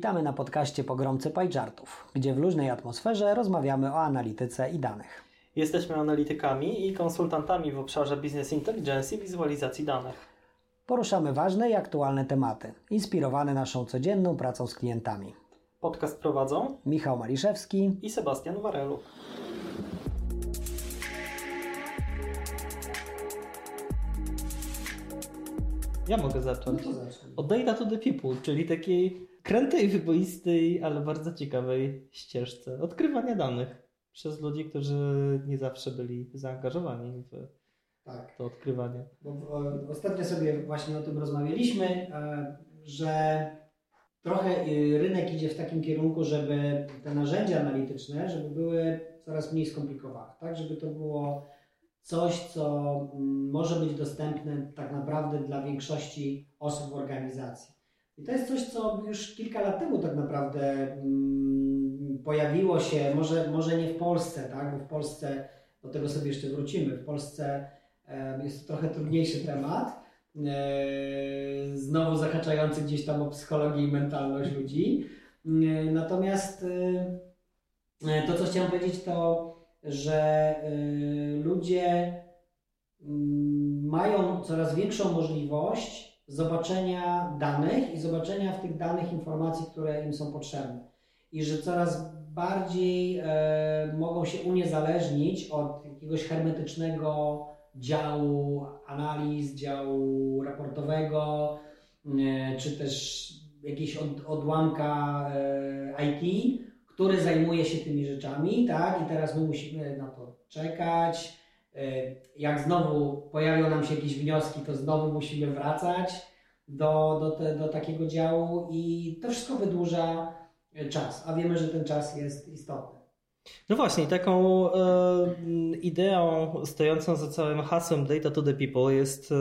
Witamy na podcaście Pogromcy PyChartów, gdzie w luźnej atmosferze rozmawiamy o analityce i danych. Jesteśmy analitykami i konsultantami w obszarze Business Intelligence i wizualizacji danych. Poruszamy ważne i aktualne tematy, inspirowane naszą codzienną pracą z klientami. Podcast prowadzą Michał Maliszewski i Sebastian Warelu. Ja mogę zacząć. Od Data to the People, czyli takiej krętej, wyboistej, ale bardzo ciekawej ścieżce odkrywania danych przez ludzi, którzy nie zawsze byli zaangażowani w to odkrywanie. Bo ostatnio sobie właśnie o tym rozmawialiśmy, że trochę rynek idzie w takim kierunku, żeby te narzędzia analityczne, żeby były coraz mniej skomplikowane, tak? Żeby to było coś, co może być dostępne tak naprawdę dla większości osób w organizacji. I to jest coś, co już kilka lat temu tak naprawdę pojawiło się, może nie w Polsce, tak? Bo w Polsce, do tego sobie jeszcze wrócimy, w Polsce jest to trochę trudniejszy temat, znowu zahaczający gdzieś tam o psychologię i mentalność ludzi. Natomiast to, co chciałem powiedzieć, to że ludzie mają coraz większą możliwość zobaczenia danych i zobaczenia w tych danych informacji, które im są potrzebne. I że coraz bardziej mogą się uniezależnić od jakiegoś hermetycznego działu analiz, działu raportowego, czy też jakiegoś odłamka IT, który zajmuje się tymi rzeczami, tak? I teraz my musimy na to czekać. Jak znowu pojawią nam się jakieś wnioski, to znowu musimy wracać do takiego działu i to wszystko wydłuża czas, a wiemy, że ten czas jest istotny. No właśnie, taką ideą stojącą za całym hasłem Data to the People jest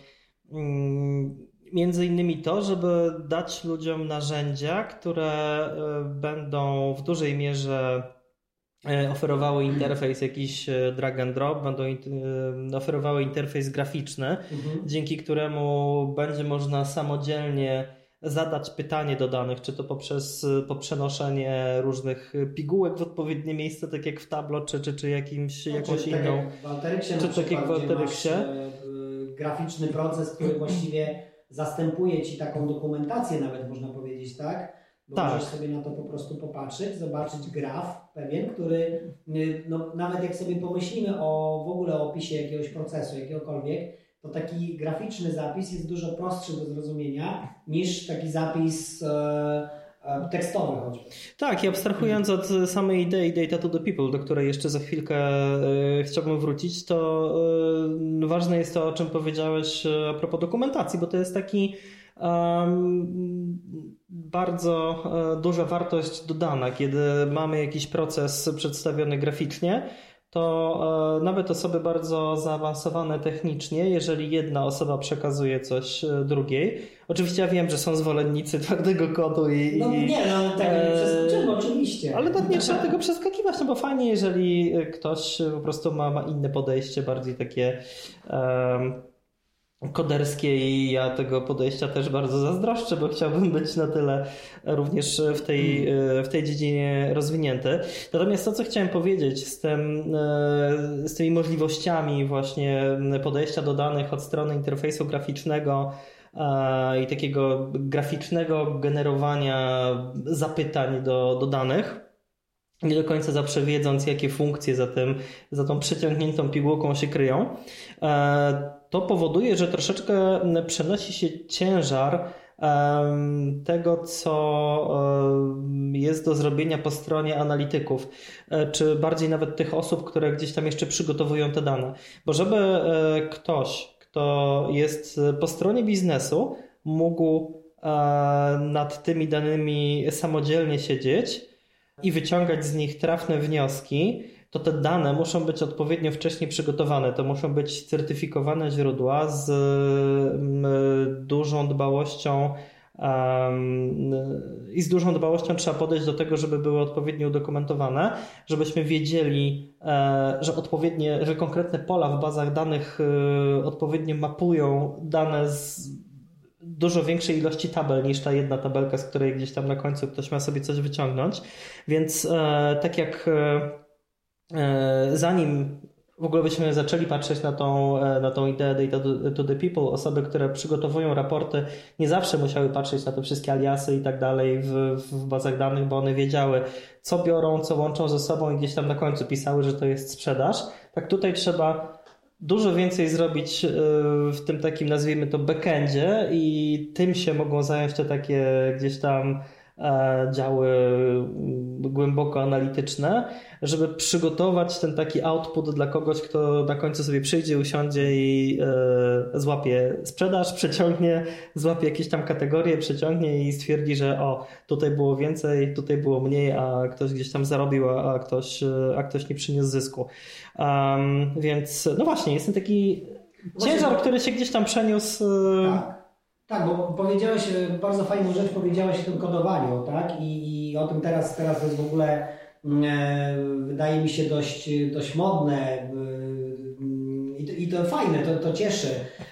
między innymi to, żeby dać ludziom narzędzia, które będą w dużej mierze oferowały interfejs jakiś drag and drop, będą oferowały interfejs graficzny, dzięki któremu będzie można samodzielnie zadać pytanie do danych, czy to poprzez przenoszenie różnych pigułek w odpowiednie miejsce, tak jak w Tableau, czy jakąś inną. Czy tak jak w Alteryxie. Graficzny proces, który właściwie zastępuje Ci taką dokumentację, nawet można powiedzieć, tak? Bo możesz sobie na to po prostu popatrzeć, zobaczyć graf pewien, który nawet jak sobie pomyślimy w ogóle o opisie jakiegoś procesu, jakiegokolwiek, to taki graficzny zapis jest dużo prostszy do zrozumienia niż taki zapis tekstowy choćby. Tak, i abstrahując od samej idei Data to the People, do której jeszcze za chwilkę chciałbym wrócić, to ważne jest to, o czym powiedziałeś a propos dokumentacji, bo to jest taki bardzo duża wartość dodana, kiedy mamy jakiś proces przedstawiony graficznie, to nawet osoby bardzo zaawansowane technicznie, jeżeli jedna osoba przekazuje coś drugiej. Oczywiście ja wiem, że są zwolennicy twardego kodu i... tak nie przeskoczymy, oczywiście. Ale nie trzeba tego przeskakiwać, bo fajnie, jeżeli ktoś po prostu ma inne podejście, bardziej takie koderskie i ja tego podejścia też bardzo zazdroszczę, bo chciałbym być na tyle również w tej dziedzinie rozwinięty. Natomiast to, co chciałem powiedzieć z tymi możliwościami właśnie podejścia do danych od strony interfejsu graficznego i takiego graficznego generowania zapytań do danych, nie do końca zawsze wiedząc, jakie funkcje za tą przeciągniętą pigułką się kryją, to powoduje, że troszeczkę przenosi się ciężar tego, co jest do zrobienia po stronie analityków, czy bardziej nawet tych osób, które gdzieś tam jeszcze przygotowują te dane. Bo żeby ktoś, kto jest po stronie biznesu, mógł nad tymi danymi samodzielnie siedzieć i wyciągać z nich trafne wnioski, to te dane muszą być odpowiednio wcześnie przygotowane. To muszą być certyfikowane źródła z dużą dbałością i z dużą dbałością trzeba podejść do tego, żeby były odpowiednio udokumentowane, żebyśmy wiedzieli, że konkretne pola w bazach danych odpowiednio mapują dane dużo większej ilości tabel niż ta jedna tabelka, z której gdzieś tam na końcu ktoś ma sobie coś wyciągnąć. Więc tak jak zanim w ogóle byśmy zaczęli patrzeć na tą ideę Data to the People, osoby, które przygotowują raporty, nie zawsze musiały patrzeć na te wszystkie aliasy i tak dalej w bazach danych, bo one wiedziały, co biorą, co łączą ze sobą i gdzieś tam na końcu pisały, że to jest sprzedaż. Tak tutaj trzeba dużo więcej zrobić w tym takim, nazwijmy to, backendzie i tym się mogą zająć te takie gdzieś tam działy głęboko analityczne, żeby przygotować ten taki output dla kogoś, kto na końcu sobie przyjdzie, usiądzie i złapie sprzedaż, przeciągnie, złapie jakieś tam kategorie, przeciągnie i stwierdzi, że tutaj było więcej, tutaj było mniej, a ktoś gdzieś tam zarobił, a ktoś nie przyniósł zysku. Więc no właśnie, jest ten taki ciężar, który się gdzieś tam przeniósł. Tak, bo powiedziałeś bardzo fajną rzecz, powiedziałeś o tym kodowaniu, tak? I o tym teraz to jest w ogóle wydaje mi się dość modne i to fajne, to cieszy,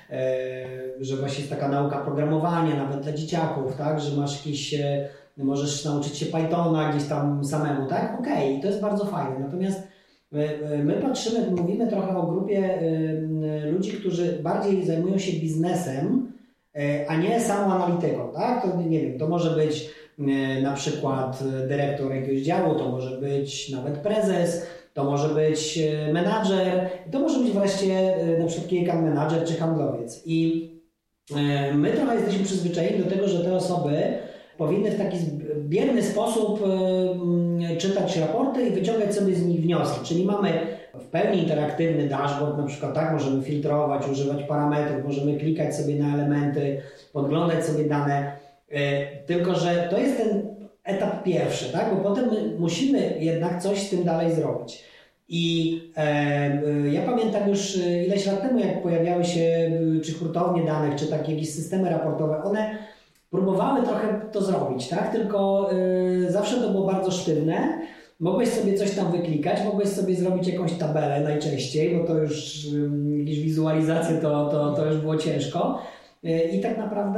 że właśnie jest taka nauka programowania nawet dla dzieciaków, tak? Że masz możesz nauczyć się Pythona gdzieś tam samemu, tak? Okej, to jest bardzo fajne. Natomiast my mówimy trochę o grupie ludzi, którzy bardziej zajmują się biznesem, a nie samą analityką, tak? To nie wiem, to może być na przykład dyrektor jakiegoś działu, to może być nawet prezes, to może być menadżer, to może być wreszcie na przykład key account manager czy handlowiec. I my trochę jesteśmy przyzwyczajeni do tego, że te osoby powinny w taki bierny sposób czytać raporty i wyciągać sobie z nich wnioski. Czyli mamy w pełni interaktywny dashboard, na przykład tak, możemy filtrować, używać parametrów, możemy klikać sobie na elementy, podglądać sobie dane, tylko że to jest ten etap pierwszy, tak? Bo potem my musimy jednak coś z tym dalej zrobić. I ja pamiętam już ileś lat temu, jak pojawiały się czy hurtownie danych, czy takie jakieś systemy raportowe, one próbowały trochę to zrobić, tak? Tylko zawsze to było bardzo sztywne. Mogłeś sobie coś tam wyklikać, mogłeś sobie zrobić jakąś tabelę najczęściej, bo to już jakieś wizualizacje to już było ciężko. I tak naprawdę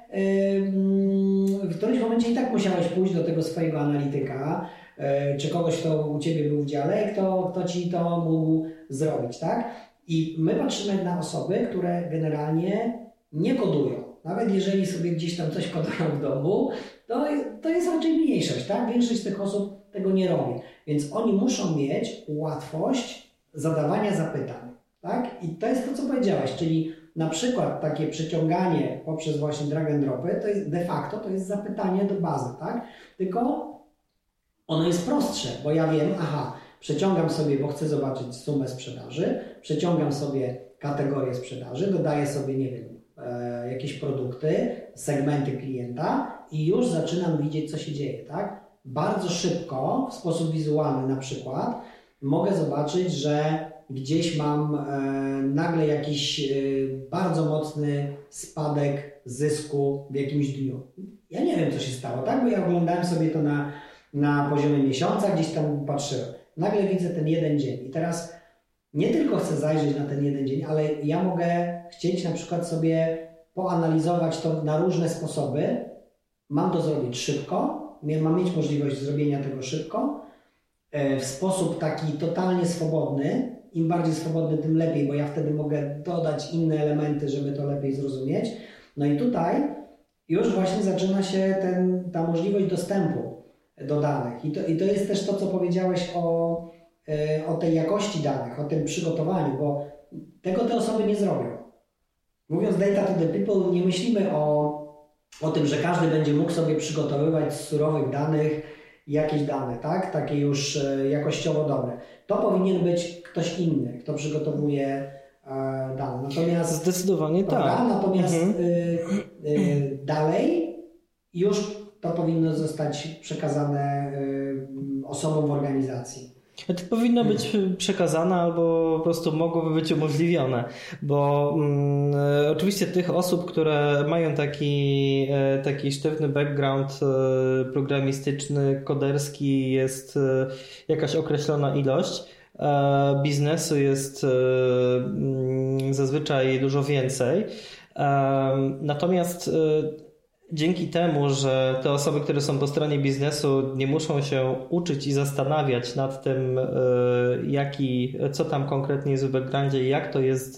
w którymś momencie i tak musiałeś pójść do tego swojego analityka, czy kogoś, kto u Ciebie był w dziale, kto Ci to mógł zrobić, tak? I my patrzymy na osoby, które generalnie nie kodują. Nawet jeżeli sobie gdzieś tam coś kodują w domu, to jest raczej mniejszość, tak? Większość z tych osób tego nie robi. Więc oni muszą mieć łatwość zadawania zapytań, tak? I to jest to, co powiedziałeś, czyli na przykład takie przyciąganie poprzez właśnie drag and dropy, to jest de facto to jest zapytanie do bazy, tak? Tylko ono jest prostsze, bo ja wiem, przeciągam sobie, bo chcę zobaczyć sumę sprzedaży, przeciągam sobie kategorię sprzedaży, dodaję sobie, nie wiem, jakieś produkty, segmenty klienta i już zaczynam widzieć, co się dzieje, tak? Bardzo szybko, w sposób wizualny na przykład, mogę zobaczyć, że gdzieś mam nagle jakiś bardzo mocny spadek zysku w jakimś dniu. Ja nie wiem, co się stało, tak? Bo ja oglądałem sobie to na poziomie miesiąca, gdzieś tam patrzyłem. Nagle widzę ten jeden dzień i teraz nie tylko chcę zajrzeć na ten jeden dzień, ale ja mogę chcieć na przykład sobie poanalizować to na różne sposoby. Mam to zrobić szybko, mam mieć możliwość zrobienia tego szybko, w sposób taki totalnie swobodny. Im bardziej swobodny, tym lepiej, bo ja wtedy mogę dodać inne elementy, żeby to lepiej zrozumieć. No i tutaj już właśnie zaczyna się ta możliwość dostępu do danych. I to jest też to, co powiedziałeś o tej jakości danych, o tym przygotowaniu, bo tego te osoby nie zrobią. Mówiąc Data to the People, nie myślimy o tym, że każdy będzie mógł sobie przygotowywać z surowych danych jakieś dane, tak? Takie już jakościowo dobre. To powinien być ktoś inny, kto przygotowuje dane. Natomiast zdecydowanie tak. Natomiast dalej już to powinno zostać przekazane osobom w organizacji. To powinno być przekazane albo po prostu mogłoby być umożliwione, bo oczywiście tych osób, które mają taki sztywny background programistyczny, koderski jest jakaś określona ilość. Biznesu jest zazwyczaj dużo więcej. Natomiast dzięki temu, że te osoby, które są po stronie biznesu, nie muszą się uczyć i zastanawiać nad tym, co tam konkretnie jest w backgroundzie i jak to jest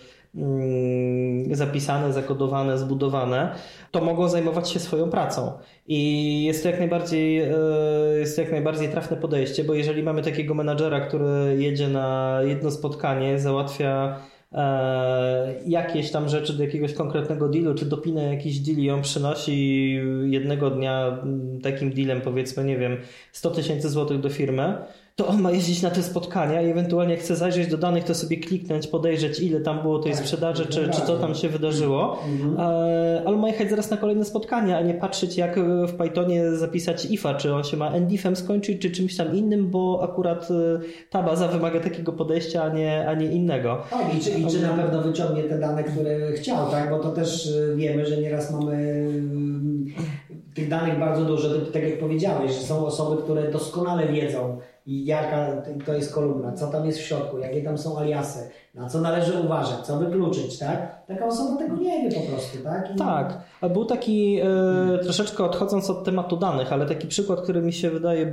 zapisane, zakodowane, zbudowane, to mogą zajmować się swoją pracą. I jest to jak najbardziej trafne podejście, bo jeżeli mamy takiego menadżera, który jedzie na jedno spotkanie, załatwia jakieś tam rzeczy do jakiegoś konkretnego dealu, czy dopina jakiś deal i on przynosi jednego dnia takim dealem, powiedzmy, nie wiem, 100 000 złotych do firmy, to on ma jeździć na te spotkania i ewentualnie jak chce zajrzeć do danych, to sobie kliknąć, podejrzeć, ile tam było tej sprzedaży, czy co tam się wydarzyło, ale ma jechać zaraz na kolejne spotkania, a nie patrzeć, jak w Pythonie zapisać ifa, czy on się ma endifem skończyć, czy czymś tam innym, bo akurat ta baza wymaga takiego podejścia, a nie innego. Tak, i czy na pewno wyciągnie te dane, które chciał, tak? Bo to też wiemy, że nieraz mamy tych danych bardzo dużo, tak jak powiedziałeś, że są osoby, które doskonale wiedzą, jaka to jest kolumna, co tam jest w środku, jakie tam są aliasy, na co należy uważać, co wykluczyć, tak? Taka osoba tego nie wie po prostu, tak? Tak, był taki, troszeczkę odchodząc od tematu danych, ale taki przykład, który mi się wydaje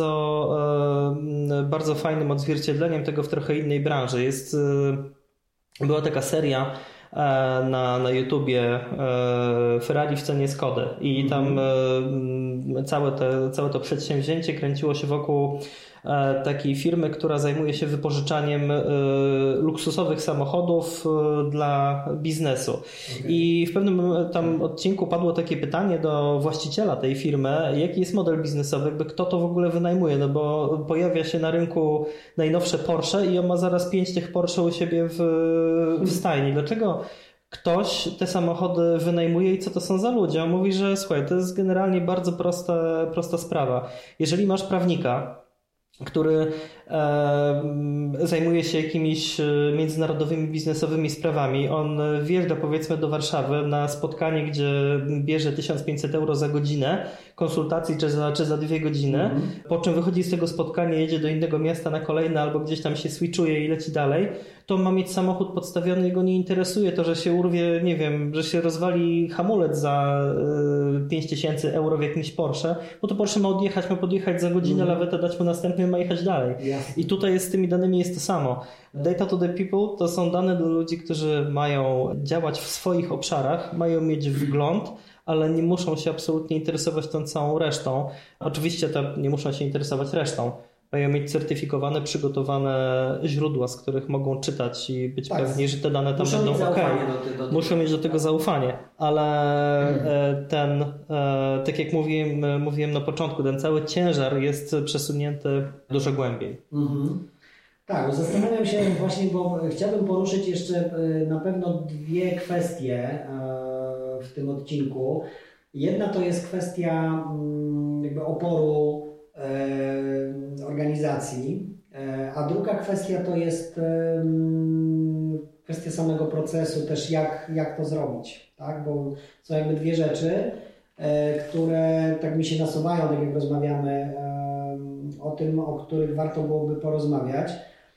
bardzo fajnym odzwierciedleniem tego w trochę innej branży. Była taka seria na YouTubie Ferrari w cenie Skody i tam całe to przedsięwzięcie kręciło się wokół takiej firmy, która zajmuje się wypożyczaniem luksusowych samochodów dla biznesu. Okay. I w pewnym tam odcinku padło takie pytanie do właściciela tej firmy, jaki jest model biznesowy, kto to w ogóle wynajmuje, no bo pojawia się na rynku najnowsze Porsche i on ma zaraz 5 tych Porsche u siebie w stajni. Dlaczego ktoś te samochody wynajmuje i co to są za ludzie? On mówi, że słuchaj, to jest generalnie bardzo prosta sprawa. Jeżeli masz prawnika, który zajmuje się jakimiś międzynarodowymi, biznesowymi sprawami. On wjeżdża powiedzmy do Warszawy na spotkanie, gdzie bierze 1500 euro za godzinę konsultacji czy za 2 godziny, po czym wychodzi z tego spotkania, jedzie do innego miasta na kolejne albo gdzieś tam się switchuje i leci dalej, to ma mieć samochód podstawiony i go nie interesuje to, że się urwie, nie wiem, że się rozwali hamulec za 5000 euro w jakimś Porsche, bo to Porsche ma podjechać za godzinę, lawetę dać mu następny, ma jechać dalej. Yes. I tutaj z tymi danymi jest to samo. Data to the people to są dane dla ludzi, którzy mają działać w swoich obszarach, mają mieć wgląd, ale nie muszą się absolutnie interesować tą całą resztą. Oczywiście nie muszą się interesować resztą. Mają mieć certyfikowane, przygotowane źródła, z których mogą czytać i być pewni, że te dane tam będą ok. Muszą mieć do tego zaufanie, ale tak jak mówiłem na początku, ten cały ciężar jest przesunięty dużo głębiej. Tak, zastanawiam się właśnie, bo chciałbym poruszyć jeszcze na pewno 2 kwestie w tym odcinku. Jedna to jest kwestia jakby oporu organizacji, a druga kwestia to jest kwestia samego procesu, też jak to zrobić, tak? Bo są jakby 2 rzeczy, które tak mi się nasuwają, tak jak rozmawiamy o tym, o których warto byłoby porozmawiać.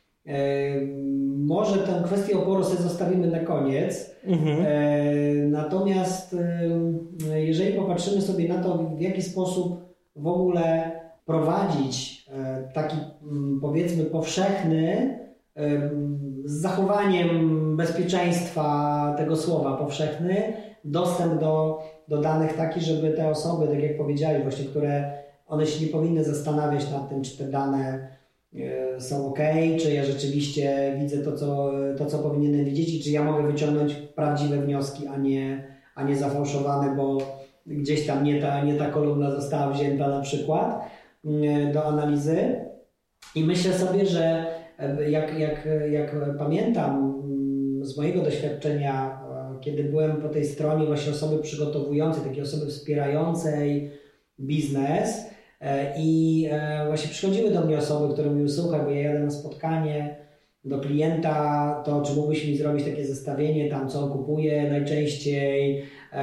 Może tę kwestię oporu sobie zostawimy na koniec, natomiast jeżeli popatrzymy sobie na to, w jaki sposób w ogóle prowadzić taki powiedzmy powszechny, z zachowaniem bezpieczeństwa tego słowa powszechny, dostęp do danych taki, żeby te osoby, tak jak powiedzieli właśnie, które one się nie powinny zastanawiać nad tym, czy te dane są ok, czy ja rzeczywiście widzę to, co powinienem widzieć i czy ja mogę wyciągnąć prawdziwe wnioski, a nie zafałszowane, bo gdzieś tam nie ta kolumna została wzięta na przykład do analizy. I myślę sobie, że jak pamiętam z mojego doświadczenia, kiedy byłem po tej stronie właśnie osoby przygotowującej, takiej osoby wspierającej biznes, i właśnie przychodziły do mnie osoby, które mówiły, słuchaj, bo ja jadę na spotkanie do klienta, to czy mógłbyś mi zrobić takie zestawienie, tam co on kupuje najczęściej,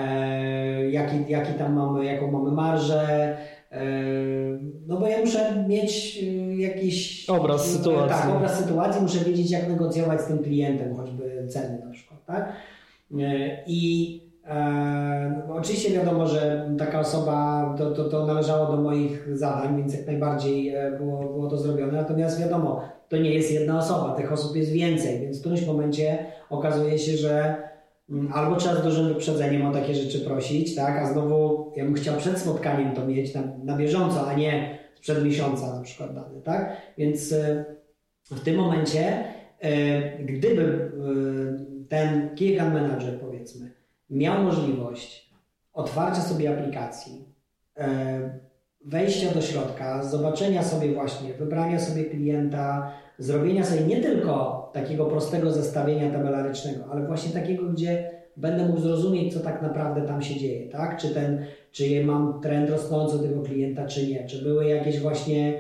jaką mamy marżę, no bo ja muszę mieć jakiś obraz sytuacji. Tak, obraz sytuacji, muszę wiedzieć, jak negocjować z tym klientem, choćby ceny na przykład, tak? I oczywiście wiadomo, że taka osoba, to należało do moich zadań, więc jak najbardziej było to zrobione. Natomiast wiadomo, to nie jest jedna osoba, tych osób jest więcej, więc w którymś momencie okazuje się, że albo trzeba z dużym wyprzedzeniem o takie rzeczy prosić, tak? A znowu ja bym chciał przed spotkaniem to mieć na bieżąco, a nie sprzed miesiąca na przykład dane, tak? Więc w tym momencie, gdyby ten Key Account Manager, powiedzmy, miał możliwość otwarcia sobie aplikacji, wejścia do środka, zobaczenia sobie właśnie, wybrania sobie klienta, zrobienia sobie nie tylko takiego prostego zestawienia tabelarycznego, ale właśnie takiego, gdzie będę mógł zrozumieć, co tak naprawdę tam się dzieje, tak? Czy mam trend rosnący tego klienta, czy nie, czy były jakieś właśnie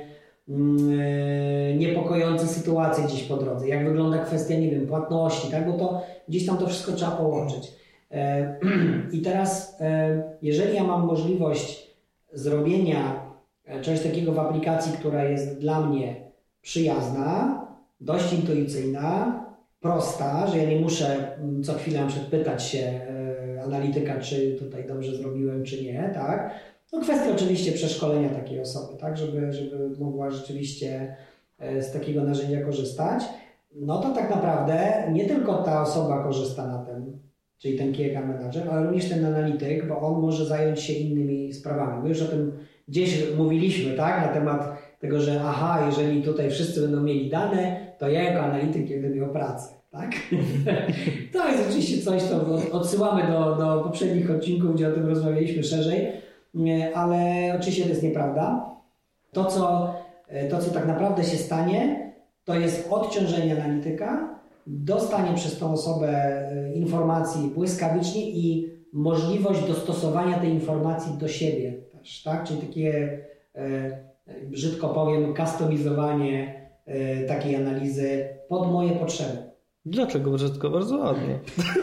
niepokojące sytuacje gdzieś po drodze, jak wygląda kwestia, nie wiem, płatności, tak? Bo to gdzieś tam to wszystko trzeba połączyć. I teraz, jeżeli ja mam możliwość zrobienia czegoś takiego w aplikacji, która jest dla mnie przyjazna, dość intuicyjna, prosta, że ja nie muszę co chwilę pytać się analityka, czy tutaj dobrze zrobiłem, czy nie, tak? No kwestia oczywiście przeszkolenia takiej osoby, tak? Żeby mogła rzeczywiście z takiego narzędzia korzystać. No to tak naprawdę nie tylko ta osoba korzysta na tym, czyli ten Key Account Manager, ale również ten analityk, bo on może zająć się innymi sprawami. My już o tym gdzieś mówiliśmy, tak? Na temat tego, że jeżeli tutaj wszyscy będą mieli dane, to ja jako analityk będę miał pracę, tak? To jest oczywiście coś, co odsyłamy do poprzednich odcinków, gdzie o tym rozmawialiśmy szerzej, ale oczywiście to jest nieprawda. To, co tak naprawdę się stanie, to jest odciążenie analityka, dostanie przez tą osobę informacji błyskawicznie i możliwość dostosowania tej informacji do siebie też, tak? Czyli takie, brzydko powiem, kustomizowanie takiej analizy pod moje potrzeby. Dlaczego brzydko? Bardzo ładnie.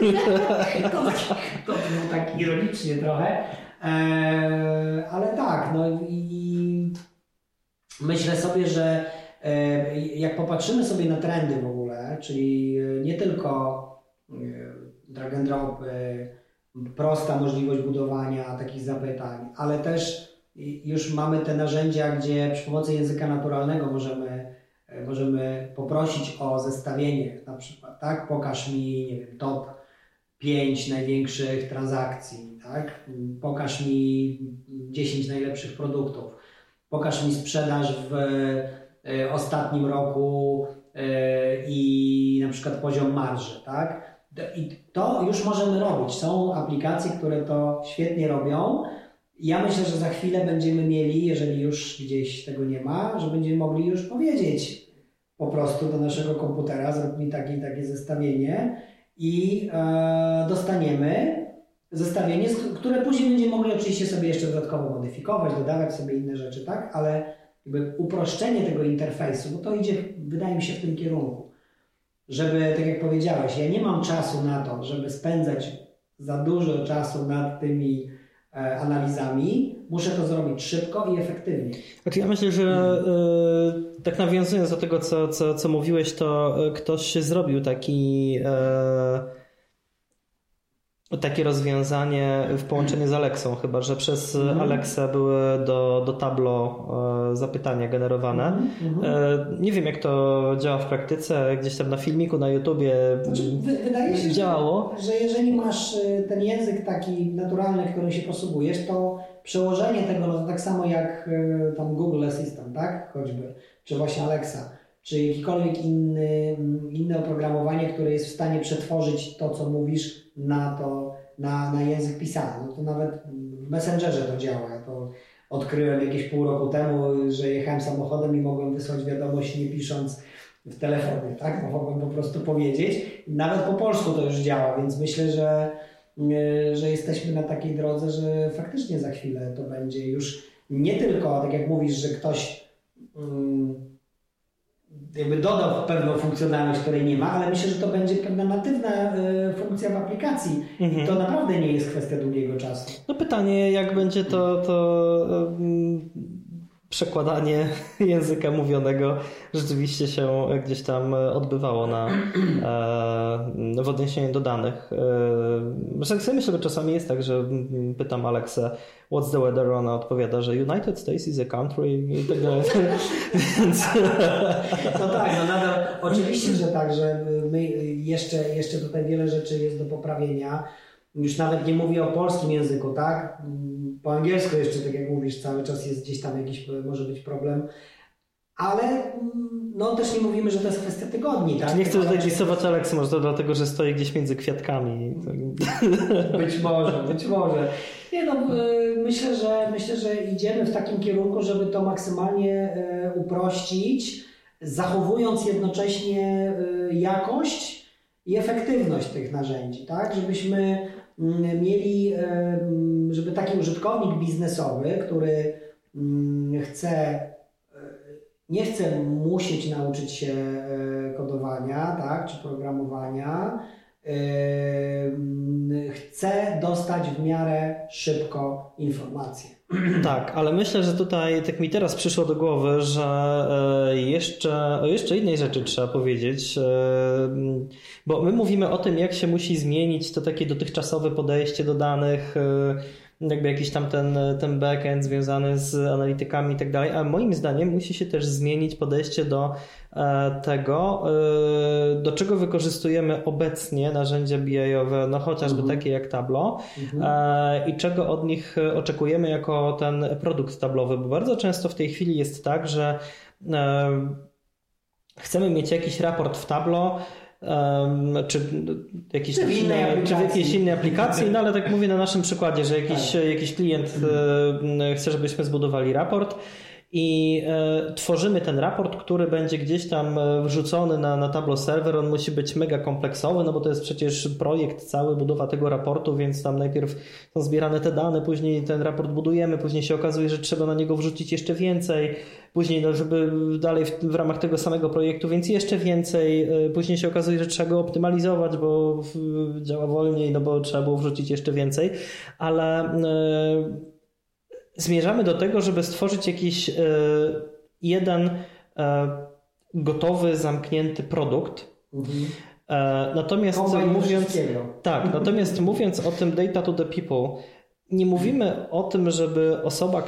To było tak ironicznie trochę, ale tak, no i myślę sobie, że jak popatrzymy sobie na trendy w ogóle, czyli nie tylko drag and drop, prosta możliwość budowania takich zapytań, ale też już mamy te narzędzia, gdzie przy pomocy języka naturalnego możemy poprosić o zestawienie na przykład, tak? Pokaż mi, nie wiem, top 5 największych transakcji, tak? Pokaż mi 10 najlepszych produktów, pokaż mi sprzedaż w ostatnim roku i na przykład poziom marży, tak? I to już możemy robić. Są aplikacje, które to świetnie robią. Ja myślę, że za chwilę będziemy mieli, jeżeli już gdzieś tego nie ma, że będziemy mogli już powiedzieć po prostu do naszego komputera, zrób mi takie zestawienie i dostaniemy zestawienie, które później będziemy mogli oczywiście sobie jeszcze dodatkowo modyfikować, dodawać sobie inne rzeczy, tak? Ale jakby uproszczenie tego interfejsu, bo to idzie, wydaje mi się, w tym kierunku, żeby, tak jak powiedziałeś, ja nie mam czasu na to, żeby spędzać za dużo czasu nad tymi analizami, muszę to zrobić szybko i efektywnie. Znaczy ja myślę, że tak nawiązując do tego, co mówiłeś, to ktoś zrobił takie rozwiązanie w połączeniu z Alexą, chyba że przez Alexę były do Tableau zapytania generowane. Nie wiem, jak to działa w praktyce, gdzieś tam na filmiku na YouTubie wydaje się, działało. Że jeżeli masz ten język taki naturalny, którym się posługujesz, to przełożenie tego, no to tak samo jak tam Google Assistant, tak? Choćby, czy właśnie Alexa, czy jakikolwiek inne oprogramowanie, które jest w stanie przetworzyć to, co mówisz, na język pisany. No to nawet w Messengerze to działa. Ja to odkryłem jakieś pół roku temu, że jechałem samochodem i mogłem wysłać wiadomość nie pisząc w telefonie, tak? Bo mogłem po prostu powiedzieć. Nawet po polsku to już działa, więc myślę, że jesteśmy na takiej drodze, że faktycznie za chwilę to będzie już nie tylko, tak jak mówisz, że ktoś jakby dodał pewną funkcjonalność, której nie ma, ale myślę, że to będzie pewna natywna funkcja w aplikacji i to naprawdę nie jest kwestia długiego czasu. No pytanie, jak będzie to przekładanie języka mówionego rzeczywiście się gdzieś tam odbywało w odniesieniu do danych. Myślę, że czasami jest tak, że pytam Alexę, what's the weather? Ona odpowiada, że United States is a country i tak dalej. Więc... No tak, no nadal oczywiście, że tak, że my jeszcze tutaj wiele rzeczy jest do poprawienia. Już nawet nie mówię o polskim języku, tak? Po angielsku jeszcze, tak jak mówisz, cały czas jest gdzieś tam jakiś, może być problem. Ale no też nie mówimy, że to jest kwestia tygodni, tak? Nie chcę tutaj disować Aleksy, może to dlatego, że stoi gdzieś między kwiatkami. Być może. Nie no, myślę, że idziemy w takim kierunku, żeby to maksymalnie uprościć, zachowując jednocześnie jakość i efektywność tych narzędzi, tak? Żebyśmy mieli, żeby taki użytkownik biznesowy, który nie chce musieć nauczyć się kodowania, tak, czy programowania, chce dostać w miarę szybko informacje. Tak, ale myślę, że tutaj tak mi teraz przyszło do głowy, że o jeszcze innej rzeczy trzeba powiedzieć, bo my mówimy o tym, jak się musi zmienić to takie dotychczasowe podejście do danych, jakby jakiś tam ten backend związany z analitykami i tak dalej, a moim zdaniem musi się też zmienić podejście do tego, do czego wykorzystujemy obecnie narzędzia BI-owe, no chociażby takie jak Tableau i czego od nich oczekujemy jako ten produkt tablowy, bo bardzo często w tej chwili jest tak, że chcemy mieć jakiś raport w Tableau, czy w jakiejś innej aplikacji, no ale tak mówię na naszym przykładzie, że jakiś klient chce, żebyśmy zbudowali raport i tworzymy ten raport, który będzie gdzieś tam wrzucony na Tableau Server. On musi być mega kompleksowy, no bo to jest przecież projekt cały, budowa tego raportu, więc tam najpierw są zbierane te dane, później ten raport budujemy, później się okazuje, że trzeba na niego wrzucić jeszcze więcej, później no, żeby dalej w ramach tego samego projektu, więc jeszcze więcej, później się okazuje, że trzeba go optymalizować, bo działa wolniej, no bo trzeba było wrzucić jeszcze więcej, ale zmierzamy do tego, żeby stworzyć jakiś jeden gotowy, zamknięty produkt. Natomiast mówiąc o tym data to the people, nie mówimy o tym, żeby osoba,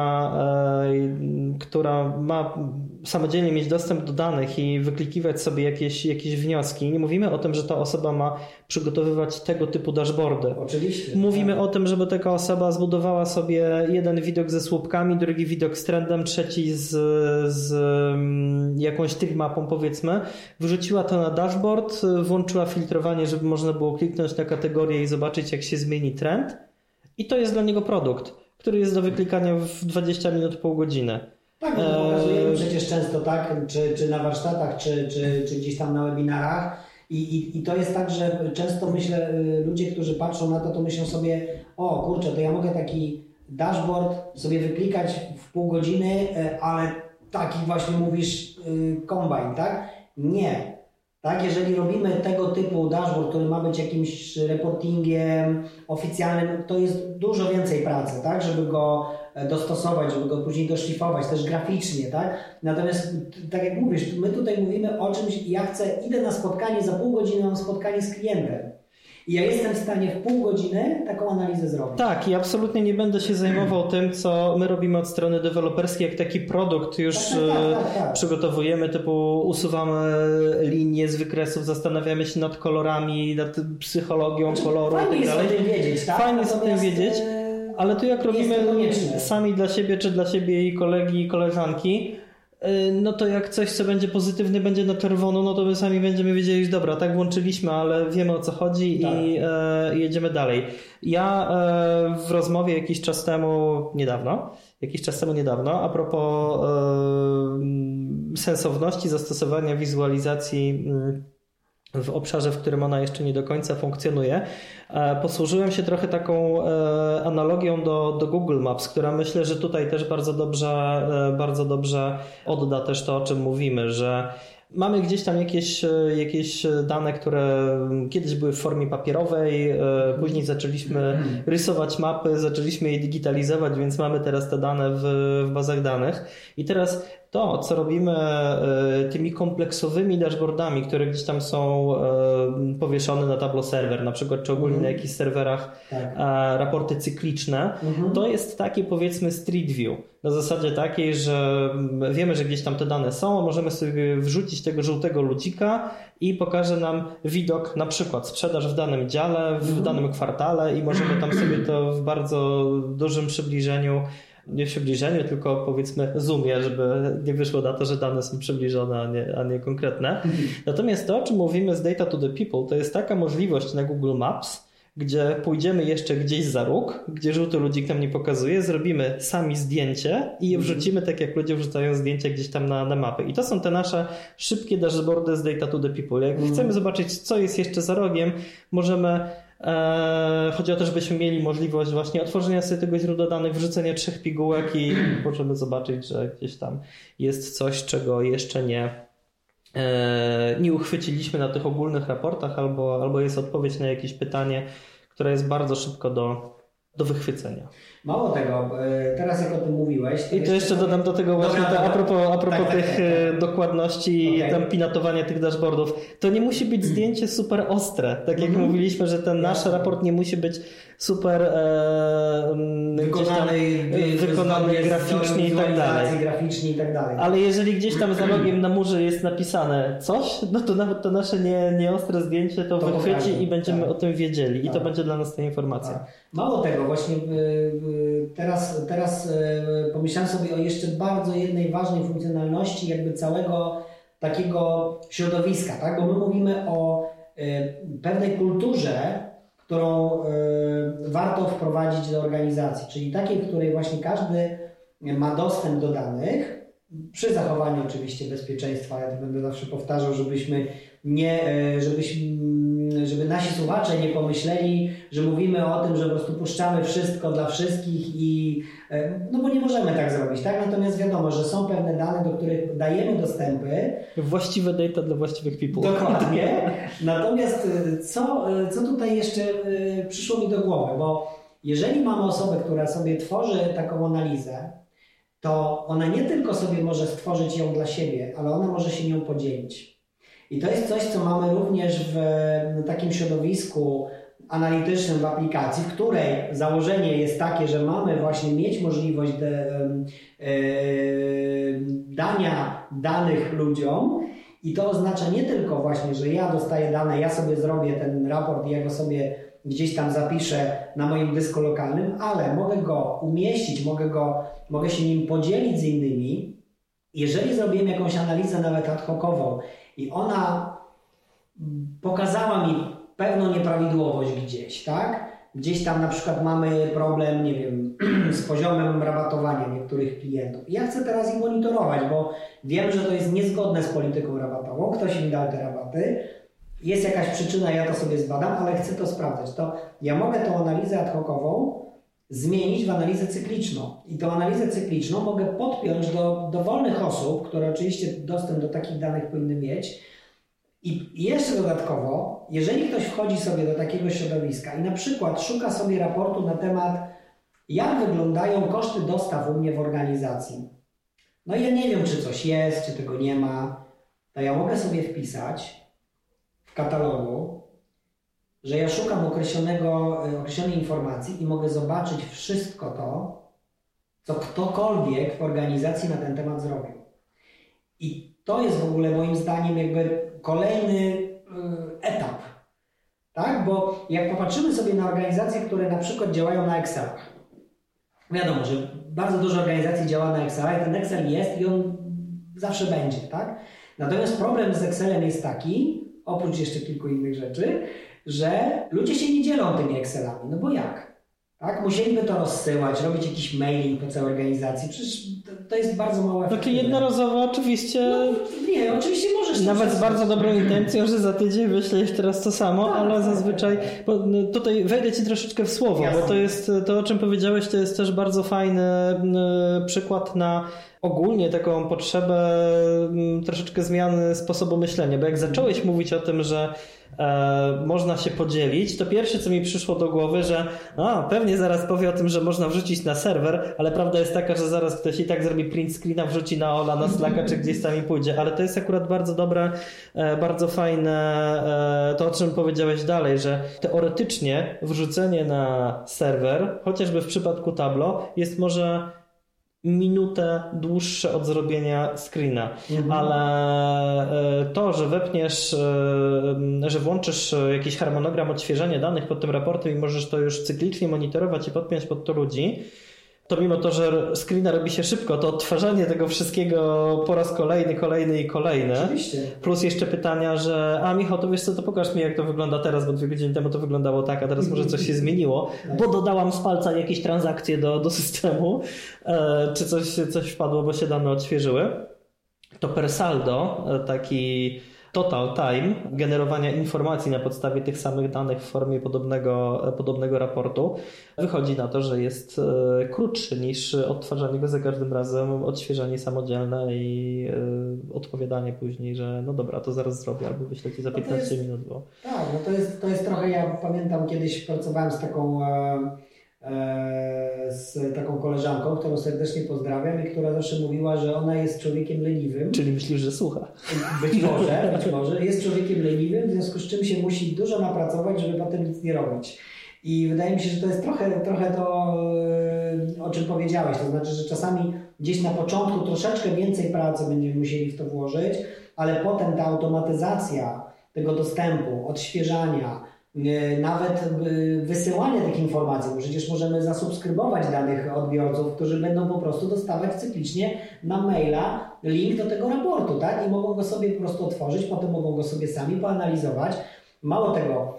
która ma samodzielnie mieć dostęp do danych i wyklikiwać sobie jakieś wnioski, nie mówimy o tym, że ta osoba ma przygotowywać tego typu dashboardy. Oczywiście. Mówimy o tym, żeby taka osoba zbudowała sobie jeden widok ze słupkami, drugi widok z trendem, trzeci z jakąś tych mapą, powiedzmy, wrzuciła to na dashboard, włączyła filtrowanie, żeby można było kliknąć na kategorię i zobaczyć, jak się zmieni trend. I to jest dla niego produkt, który jest do wyklikania w 20 minut, pół godziny. Tak, no to pokazujemy przecież często, tak, czy na warsztatach, czy gdzieś tam na webinarach. I to jest tak, że często myślę, ludzie, którzy patrzą na to myślą sobie, o kurczę, to ja mogę taki dashboard sobie wyklikać w pół godziny, ale taki właśnie mówisz combine, tak? Nie. Tak, jeżeli robimy tego typu dashboard, który ma być jakimś reportingiem oficjalnym, to jest dużo więcej pracy, tak, żeby go dostosować, żeby go później doszlifować, też graficznie, tak? Natomiast tak jak mówisz, my tutaj mówimy o czymś, idę na spotkanie, za pół godziny mam spotkanie z klientem. I ja jestem w stanie w pół godziny taką analizę zrobić. Tak, i absolutnie nie będę się zajmował tym, co my robimy od strony deweloperskiej, jak taki produkt już przygotowujemy, typu usuwamy linie z wykresów, zastanawiamy się nad kolorami, nad psychologią koloru i tak dalej. Fajnie jest o tym wiedzieć, tak? Fajnie jest o tym wiedzieć, ale tu jak robimy sami dla siebie, czy dla siebie i kolegi i koleżanki, no to jak coś, co będzie pozytywne, będzie na czerwono, no to my sami będziemy wiedzieli, że dobra, tak włączyliśmy, ale wiemy, o co chodzi i jedziemy dalej. Ja w rozmowie jakiś czas temu niedawno, a propos sensowności zastosowania wizualizacji w obszarze, w którym ona jeszcze nie do końca funkcjonuje, posłużyłem się trochę taką analogią do Google Maps, która myślę, że tutaj też bardzo dobrze odda też to, o czym mówimy, że Mamy gdzieś tam jakieś dane, które kiedyś były w formie papierowej, później zaczęliśmy rysować mapy, zaczęliśmy je digitalizować, więc mamy teraz te dane w bazach danych. I teraz to, co robimy tymi kompleksowymi dashboardami, które gdzieś tam są powieszone na Tableau Server, na przykład, czy ogólnie na jakichś serwerach, raporty cykliczne, to jest takie, powiedzmy, street view. Na zasadzie takiej, że wiemy, że gdzieś tam te dane są, możemy sobie wrzucić tego żółtego ludzika i pokaże nam widok, na przykład sprzedaż w danym dziale, w danym kwartale i możemy tam sobie to w bardzo dużym przybliżeniu, nie w przybliżeniu, tylko powiedzmy zoomie, żeby nie wyszło na to, że dane są przybliżone, a nie konkretne. Natomiast to, o czym mówimy z Data to the People, to jest taka możliwość na Google Maps, gdzie pójdziemy jeszcze gdzieś za róg, gdzie żółty ludzik nam nie pokazuje, zrobimy sami zdjęcie i je wrzucimy tak, jak ludzie wrzucają zdjęcia gdzieś tam na mapy. I to są te nasze szybkie dashboardy z Data to the People. Jak chcemy zobaczyć, co jest jeszcze za rogiem, możemy... Chodzi o to, żebyśmy mieli możliwość właśnie otworzenia sobie tego źródła danych, wrzucenia 3 pigułek i możemy zobaczyć, że gdzieś tam jest coś, czego jeszcze nie uchwyciliśmy na tych ogólnych raportach, albo jest odpowiedź na jakieś pytanie, które jest bardzo szybko do wychwycenia. Mało tego, teraz jak o tym mówiłeś... I to jeszcze dodam do tego właśnie a propos tych dokładności i tam pinatowania tych dashboardów. To nie musi być zdjęcie super ostre. Tak jak mówiliśmy, że ten nasz raport nie musi być super wykonany graficznie i tak dalej. Ale jeżeli gdzieś tam za rogiem na murze jest napisane coś, no to nawet to nasze nieostre zdjęcie to wychwyci i będziemy o tym wiedzieli. I to będzie dla nas ta informacja. Mało tego, właśnie teraz pomyślałem sobie o jeszcze bardzo jednej ważnej funkcjonalności jakby całego takiego środowiska, tak? Bo my mówimy o pewnej kulturze, którą warto wprowadzić do organizacji, czyli takiej, w której właśnie każdy ma dostęp do danych, przy zachowaniu oczywiście bezpieczeństwa. Ja to będę zawsze powtarzał, żeby nasi słuchacze nie pomyśleli, że mówimy o tym, że po prostu puszczamy wszystko dla wszystkich no bo nie możemy tak zrobić, tak? Natomiast wiadomo, że są pewne dane, do których dajemy dostępy. Właściwe data dla właściwych people. Dokładnie. Natomiast co tutaj jeszcze przyszło mi do głowy, bo jeżeli mamy osobę, która sobie tworzy taką analizę, to ona nie tylko sobie może stworzyć ją dla siebie, ale ona może się nią podzielić. I to jest coś, co mamy również w takim środowisku analitycznym w aplikacji, w której założenie jest takie, że mamy właśnie mieć możliwość dania danych ludziom i to oznacza nie tylko właśnie, że ja dostaję dane, ja sobie zrobię ten raport i ja go sobie gdzieś tam zapiszę na moim dysku lokalnym, ale mogę go umieścić, mogę się nim podzielić z innymi. Jeżeli zrobiłem jakąś analizę nawet ad hocową i ona pokazała mi pewną nieprawidłowość gdzieś, tak? Gdzieś tam na przykład mamy problem, nie wiem, z poziomem rabatowania niektórych klientów. I ja chcę teraz ich monitorować, bo wiem, że to jest niezgodne z polityką rabatową. Ktoś mi dał te rabaty. Jest jakaś przyczyna, ja to sobie zbadam, ale chcę to sprawdzać. To ja mogę tą analizę ad hocową zmienić w analizę cykliczną. I tą analizę cykliczną mogę podpiąć do dowolnych osób, które oczywiście dostęp do takich danych powinny mieć. I jeszcze dodatkowo, jeżeli ktoś wchodzi sobie do takiego środowiska i na przykład szuka sobie raportu na temat, jak wyglądają koszty dostaw u mnie w organizacji. No i ja nie wiem, czy coś jest, czy tego nie ma. To ja mogę sobie wpisać w katalogu, że ja szukam określonej informacji i mogę zobaczyć wszystko to, co ktokolwiek w organizacji na ten temat zrobił. I to jest w ogóle moim zdaniem jakby kolejny etap, tak? Bo jak popatrzymy sobie na organizacje, które na przykład działają na Excelach, wiadomo, że bardzo dużo organizacji działa na Excelach i ten Excel jest i on zawsze będzie, tak? Natomiast problem z Excelem jest taki, oprócz jeszcze kilku innych rzeczy, że ludzie się nie dzielą tymi Excelami, no bo jak? Tak? Musieliby to rozsyłać, robić jakiś mailing po całej organizacji. Przecież to jest bardzo mało efektywne. Znaczy jednorazowo oczywiście... Nie, oczywiście możesz... Nawet z bardzo dobrą intencją, że za tydzień wyślesz teraz to samo, ale zazwyczaj... Bo tutaj wejdę Ci troszeczkę w słowo, bo to jest to, o czym powiedziałeś, to jest też bardzo fajny przykład na ogólnie taką potrzebę troszeczkę zmiany sposobu myślenia. Bo jak zacząłeś mówić o tym, że można się podzielić, to pierwsze co mi przyszło do głowy, że pewnie zaraz powie o tym, że można wrzucić na serwer, ale prawda jest taka, że zaraz ktoś i tak zrobi print screena, wrzuci na Ola, na Slacka czy gdzieś tam i pójdzie, ale to jest akurat bardzo dobre, bardzo fajne to, o czym powiedziałeś dalej, że teoretycznie wrzucenie na serwer, chociażby w przypadku Tableau, jest może minutę dłuższe od zrobienia screena, ale to, że wepniesz, że włączysz jakiś harmonogram odświeżania danych pod tym raportem i możesz to już cyklicznie monitorować i podpiąć pod to ludzi, to mimo to, że screena robi się szybko, to odtwarzanie tego wszystkiego po raz kolejny. Oczywiście. Plus jeszcze pytania, że Michał, to wiesz co, to pokaż mi jak to wygląda teraz, bo 2 godziny temu to wyglądało tak, a teraz może coś się zmieniło, bo dodałam z palca jakieś transakcje do systemu, czy coś wpadło, bo się dane odświeżyły. To per saldo, taki total time generowania informacji na podstawie tych samych danych w formie podobnego raportu wychodzi na to, że jest krótszy niż odtwarzanie go za każdym razem, odświeżanie samodzielne i odpowiadanie później, że no dobra, to zaraz zrobię albo wyślę Ci za 15 minut. Bo... Tak, no to jest trochę, ja pamiętam kiedyś pracowałem z taką koleżanką, którą serdecznie pozdrawiam i która zawsze mówiła, że ona jest człowiekiem leniwym. Czyli myślisz, że słucha? Być może. Jest człowiekiem leniwym, w związku z czym się musi dużo napracować, żeby potem nic nie robić. I wydaje mi się, że to jest trochę to, o czym powiedziałeś. To znaczy, że czasami gdzieś na początku troszeczkę więcej pracy będziemy musieli w to włożyć, ale potem ta automatyzacja tego dostępu, odświeżania, nawet wysyłanie tych informacji, bo przecież możemy zasubskrybować danych odbiorców, którzy będą po prostu dostawać cyklicznie na maila link do tego raportu, tak? I mogą go sobie po prostu otworzyć, potem mogą go sobie sami poanalizować. Mało tego,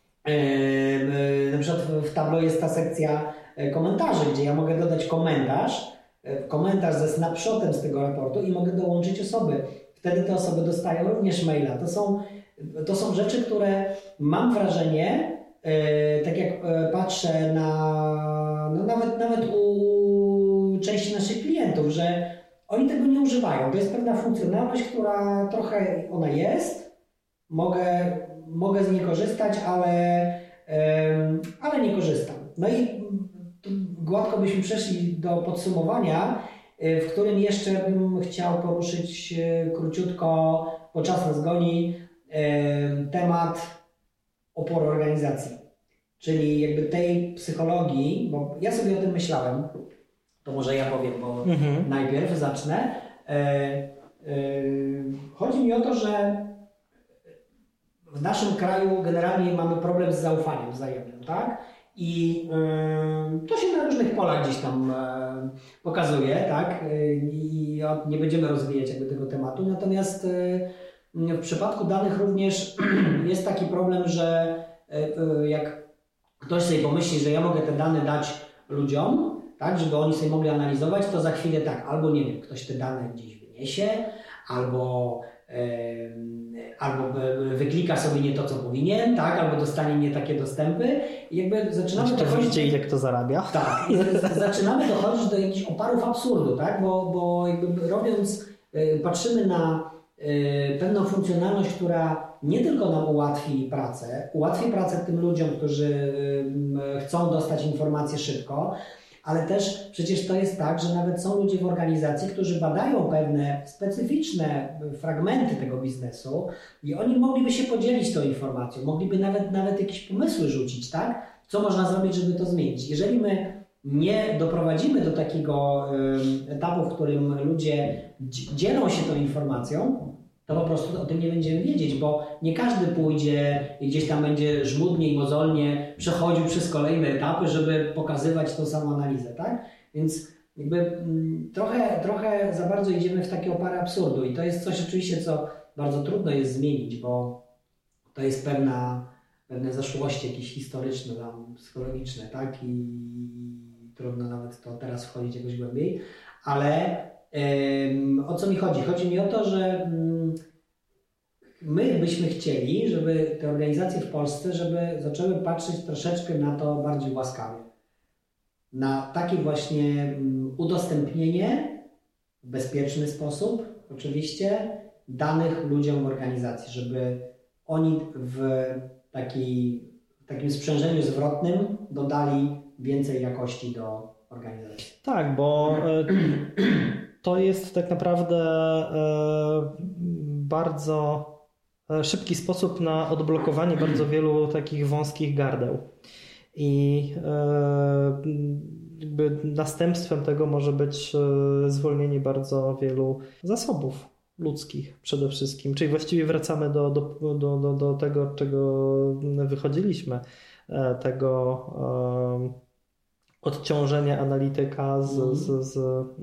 na przykład w Tableau jest ta sekcja komentarzy, gdzie ja mogę dodać komentarz ze snapshotem z tego raportu i mogę dołączyć osoby. Wtedy te osoby dostają również maila. To są rzeczy, które mam wrażenie, tak jak patrzę nawet u części naszych klientów, że oni tego nie używają. To jest pewna funkcjonalność, która trochę ona jest, mogę z niej korzystać, ale nie korzystam. No i gładko byśmy przeszli do podsumowania, w którym jeszcze bym chciał poruszyć króciutko, bo czas nas goni, temat oporu organizacji, czyli jakby tej psychologii, bo ja sobie o tym myślałem, to może ja powiem, bo najpierw zacznę. Chodzi mi o to, że w naszym kraju generalnie mamy problem z zaufaniem wzajemnym, tak? I to się na różnych polach gdzieś tam pokazuje, tak? I nie będziemy rozwijać jakby tego tematu, natomiast w przypadku danych również jest taki problem, że jak ktoś sobie pomyśli, że ja mogę te dane dać ludziom, tak, żeby oni sobie mogli analizować, to za chwilę tak, albo nie wiem, ktoś te dane gdzieś wyniesie, albo wyklika sobie nie to, co powinien, tak, albo dostanie nie takie dostępy i jakby zaczynamy dochodzić, ile kto zarabia. Tak, i zaczynamy dochodzić do jakichś oparów absurdu, tak, bo jakby patrzymy na pewną funkcjonalność, która nie tylko nam ułatwi pracę tym ludziom, którzy chcą dostać informacje szybko, ale też przecież to jest tak, że nawet są ludzie w organizacji, którzy badają pewne specyficzne fragmenty tego biznesu i oni mogliby się podzielić tą informacją, mogliby nawet jakieś pomysły rzucić, tak? Co można zrobić, żeby to zmienić. Jeżeli my nie doprowadzimy do takiego etapu, w którym ludzie dzielą się tą informacją, to po prostu o tym nie będziemy wiedzieć, bo nie każdy pójdzie i gdzieś tam będzie żmudnie i mozolnie przechodził przez kolejne etapy, żeby pokazywać tą samą analizę, tak? Więc jakby trochę za bardzo idziemy w takie opary absurdu i to jest coś oczywiście, co bardzo trudno jest zmienić, bo to jest pewna pewne zaszłości jakieś historyczne, tam, psychologiczne, tak? I trudno nawet to teraz wchodzić jakoś głębiej, ale o co mi chodzi? Chodzi mi o to, że my byśmy chcieli, żeby te organizacje w Polsce, żeby zaczęły patrzeć troszeczkę na to bardziej łaskawie. Na takie właśnie udostępnienie w bezpieczny sposób, oczywiście, danych ludziom w organizacji, żeby oni w takim sprzężeniu zwrotnym dodali więcej jakości do organizacji. Tak, bo to jest tak naprawdę bardzo szybki sposób na odblokowanie bardzo wielu takich wąskich gardeł. I jakby następstwem tego może być zwolnienie bardzo wielu ludzkich przede wszystkim. Czyli właściwie wracamy do tego, od czego wychodziliśmy, tego odciążenia analityka z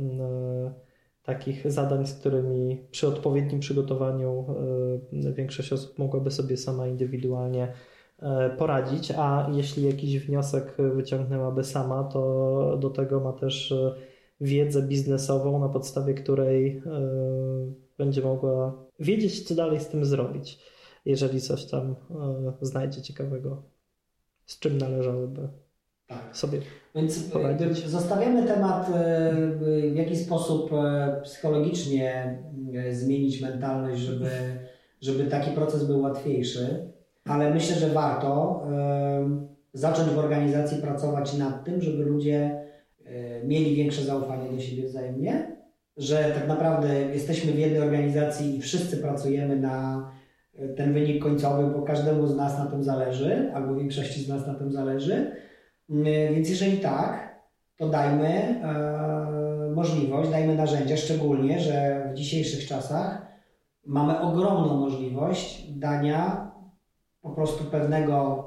takich zadań, z którymi przy odpowiednim przygotowaniu większość osób mogłaby sobie sama indywidualnie poradzić, a jeśli jakiś wniosek wyciągnęłaby sama, to do tego ma też wiedzę biznesową, na podstawie której będzie mogła wiedzieć, co dalej z tym zrobić, jeżeli coś tam znajdzie ciekawego, z czym należałoby sobie poradzić. Więc zostawiamy temat, w jaki sposób psychologicznie zmienić mentalność, żeby taki proces był łatwiejszy, ale myślę, że warto zacząć w organizacji pracować nad tym, żeby ludzie mieli większe zaufanie do siebie wzajemnie, że tak naprawdę jesteśmy w jednej organizacji i wszyscy pracujemy na ten wynik końcowy, bo każdemu z nas na tym zależy, albo większości z nas na tym zależy. Więc jeżeli tak, to dajmy możliwość, dajmy narzędzia, szczególnie, że w dzisiejszych czasach mamy ogromną możliwość dania po prostu pewnego,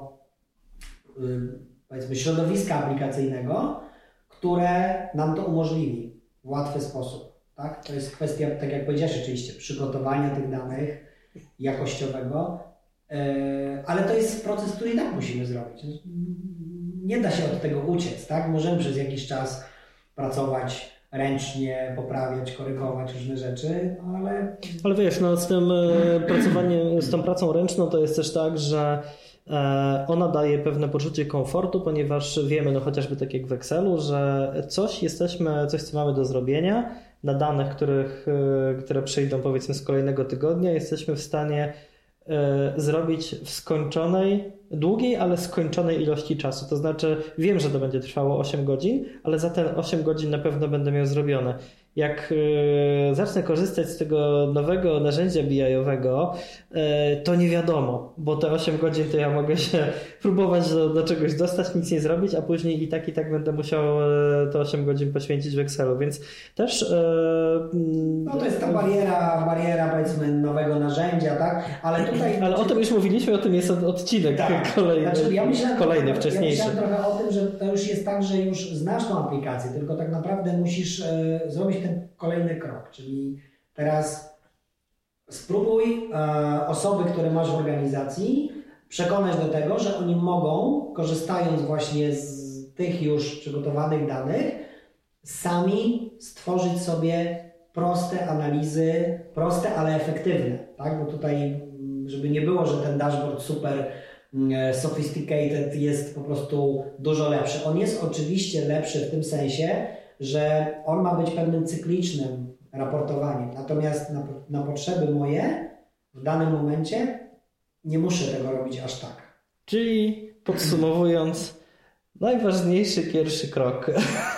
powiedzmy, środowiska aplikacyjnego, które nam to umożliwi w łatwy sposób. Tak? To jest kwestia, tak jak powiedziałeś oczywiście, przygotowania tych danych jakościowego, ale to jest proces, który i tak musimy zrobić. Nie da się od tego uciec, tak? Możemy przez jakiś czas pracować ręcznie, poprawiać, korygować różne rzeczy, ale... Ale wiesz, no z tym pracowaniem, z tą pracą ręczną to jest też tak, że ona daje pewne poczucie komfortu, ponieważ wiemy, no chociażby tak jak w Excelu, że coś co mamy do zrobienia, na danych, które przyjdą powiedzmy z kolejnego tygodnia, jesteśmy w stanie zrobić w długiej, ale skończonej ilości czasu. To znaczy wiem, że to będzie trwało 8 godzin, ale za te 8 godzin na pewno będę miał zrobione. Jak zacznę korzystać z tego nowego narzędzia BI-owego, to nie wiadomo, bo te 8 godzin to ja mogę się próbować do czegoś dostać, nic nie zrobić, a później i tak będę musiał te 8 godzin poświęcić w Excelu, więc też... No to jest ta bariera powiedzmy nowego narzędzia, tak? Ale tutaj... Ale o tym już mówiliśmy, o tym jest odcinek kolejny, kolejny, wcześniejszy. Ja myślałem trochę o tym, że to już jest tak, że już znasz tą aplikację, tylko tak naprawdę musisz zrobić ten kolejny krok, czyli teraz spróbuj osoby, które masz w organizacji, przekonać do tego, że oni mogą, korzystając właśnie z tych już przygotowanych danych, sami stworzyć sobie proste analizy, proste, ale efektywne, tak? Bo tutaj, żeby nie było, że ten dashboard super sophisticated jest po prostu dużo lepszy. On jest oczywiście lepszy w tym sensie, że on ma być pewnym cyklicznym raportowaniem. Natomiast na potrzeby moje w danym momencie nie muszę tego robić aż tak. Czyli podsumowując, najważniejszy pierwszy krok.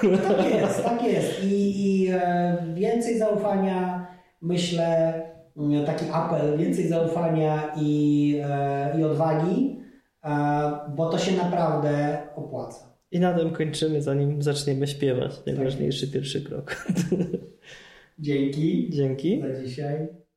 Tak jest. I więcej zaufania, myślę, taki apel, więcej zaufania i odwagi, bo to się naprawdę opłaca. I na tym kończymy, zanim zaczniemy śpiewać. Najważniejszy pierwszy krok. Dzięki. Dzięki. Za dzisiaj.